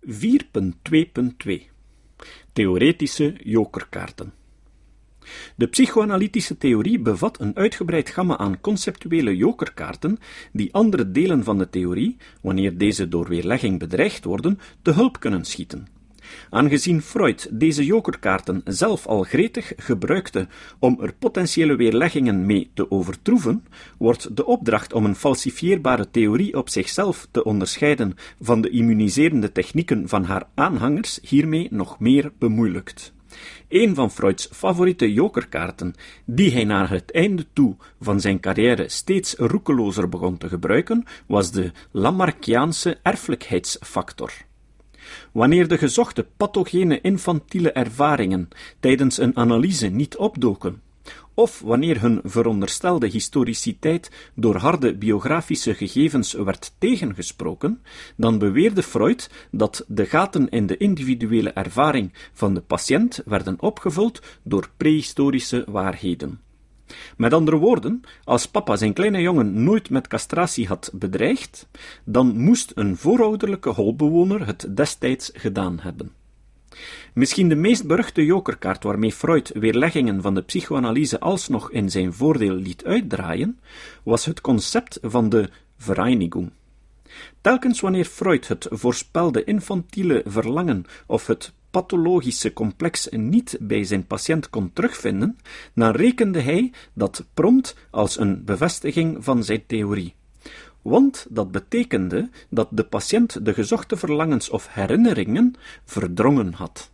4.2.2 Theoretische jokerkaarten. De psychoanalytische theorie bevat een uitgebreid gamma aan conceptuele jokerkaarten die andere delen van de theorie, wanneer deze door weerlegging bedreigd worden, te hulp kunnen schieten. Aangezien Freud deze jokerkaarten zelf al gretig gebruikte om er potentiële weerleggingen mee te overtroeven, wordt de opdracht om een falsifieerbare theorie op zichzelf te onderscheiden van de immuniserende technieken van haar aanhangers hiermee nog meer bemoeilijkt. Een van Freuds favoriete jokerkaarten, die hij naar het einde toe van zijn carrière steeds roekelozer begon te gebruiken, was de Lamarckiaanse erfelijkheidsfactor. Wanneer de gezochte pathogene infantiele ervaringen tijdens een analyse niet opdoken, of wanneer hun veronderstelde historiciteit door harde biografische gegevens werd tegengesproken, dan beweerde Freud dat de gaten in de individuele ervaring van de patiënt werden opgevuld door prehistorische waarheden. Met andere woorden, als papa zijn kleine jongen nooit met castratie had bedreigd, dan moest een voorouderlijke holbewoner het destijds gedaan hebben. Misschien de meest beruchte jokerkaart waarmee Freud weerleggingen van de psychoanalyse alsnog in zijn voordeel liet uitdraaien, was het concept van de Vereinigung. Telkens wanneer Freud het voorspelde infantiele verlangen of het pathologische complex niet bij zijn patiënt kon terugvinden, dan rekende hij dat prompt als een bevestiging van zijn theorie. Want dat betekende dat de patiënt de gezochte verlangens of herinneringen verdrongen had.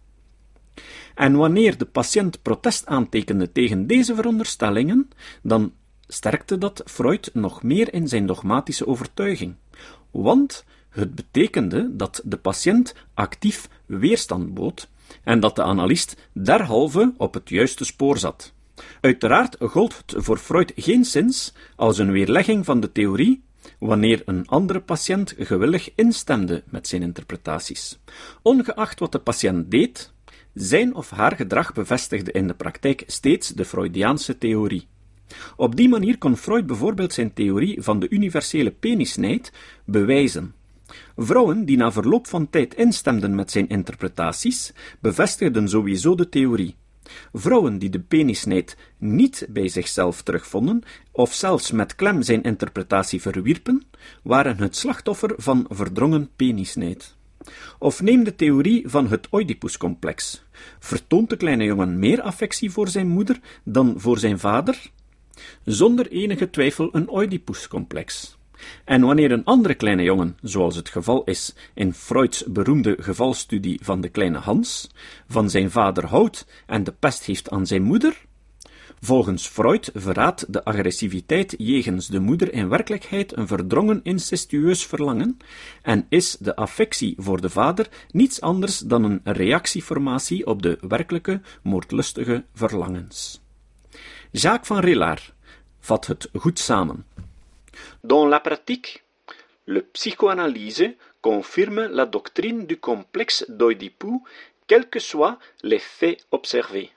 En wanneer de patiënt protest aantekende tegen deze veronderstellingen, dan sterkte dat Freud nog meer in zijn dogmatische overtuiging. Want het betekende dat de patiënt actief weerstand bood en dat de analist derhalve op het juiste spoor zat. Uiteraard gold het voor Freud geenszins als een weerlegging van de theorie wanneer een andere patiënt gewillig instemde met zijn interpretaties. Ongeacht wat de patiënt deed, zijn of haar gedrag bevestigde in de praktijk steeds de Freudiaanse theorie. Op die manier kon Freud bijvoorbeeld zijn theorie van de universele penisnijd bewijzen. Vrouwen die na verloop van tijd instemden met zijn interpretaties, bevestigden sowieso de theorie. Vrouwen die de penisnijd niet bij zichzelf terugvonden, of zelfs met klem zijn interpretatie verwierpen, waren het slachtoffer van verdrongen penisnijd. Of neem de theorie van het Oedipuscomplex. Vertoont de kleine jongen meer affectie voor zijn moeder dan voor zijn vader? Zonder enige twijfel een Oedipuscomplex. En wanneer een andere kleine jongen, zoals het geval is in Freuds beroemde gevalstudie van de kleine Hans, van zijn vader houdt en de pest heeft aan zijn moeder, volgens Freud verraadt de agressiviteit jegens de moeder in werkelijkheid een verdrongen incestueus verlangen en is de affectie voor de vader niets anders dan een reactieformatie op de werkelijke moordlustige verlangens. Jacques van Rillard vat het goed samen. Dans la pratique, le psychoanalyse confirme la doctrine du complexe d'Oedipus, quels que soient les faits observés.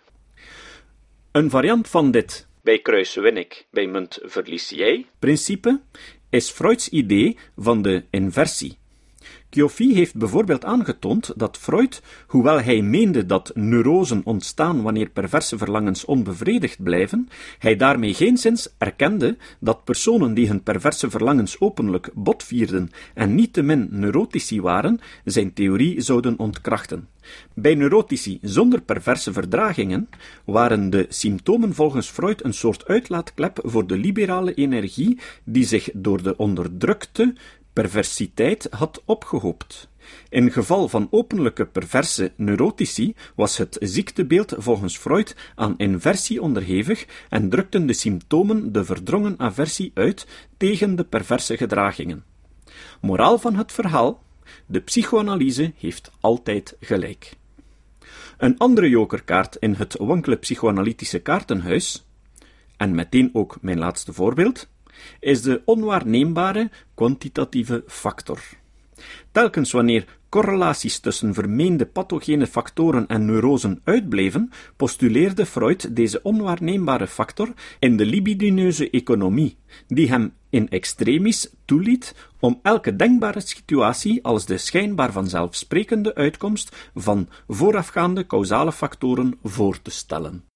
Een variant van dit, bij kruis win ik, bij munt verlies jij, principe, is Freuds idee van de inversie. Cioffi heeft bijvoorbeeld aangetoond dat Freud, hoewel hij meende dat neurosen ontstaan wanneer perverse verlangens onbevredigd blijven, hij daarmee geenszins erkende dat personen die hun perverse verlangens openlijk botvierden en niettemin neurotici waren, zijn theorie zouden ontkrachten. Bij neurotici zonder perverse verdragingen waren de symptomen volgens Freud een soort uitlaatklep voor de liberale energie die zich door de onderdrukte perversiteit had opgehoopt. In geval van openlijke perverse neurotici was het ziektebeeld volgens Freud aan inversie onderhevig en drukten de symptomen de verdrongen aversie uit tegen de perverse gedragingen. Moraal van het verhaal: de psychoanalyse heeft altijd gelijk. Een andere jokerkaart in het wankele psychoanalytische kaartenhuis, en meteen ook mijn laatste voorbeeld, is de onwaarneembare kwantitatieve factor. Telkens wanneer correlaties tussen vermeende pathogene factoren en neurosen uitbleven, postuleerde Freud deze onwaarneembare factor in de libidineuze economie, die hem in extremis toeliet om elke denkbare situatie als de schijnbaar vanzelfsprekende uitkomst van voorafgaande causale factoren voor te stellen.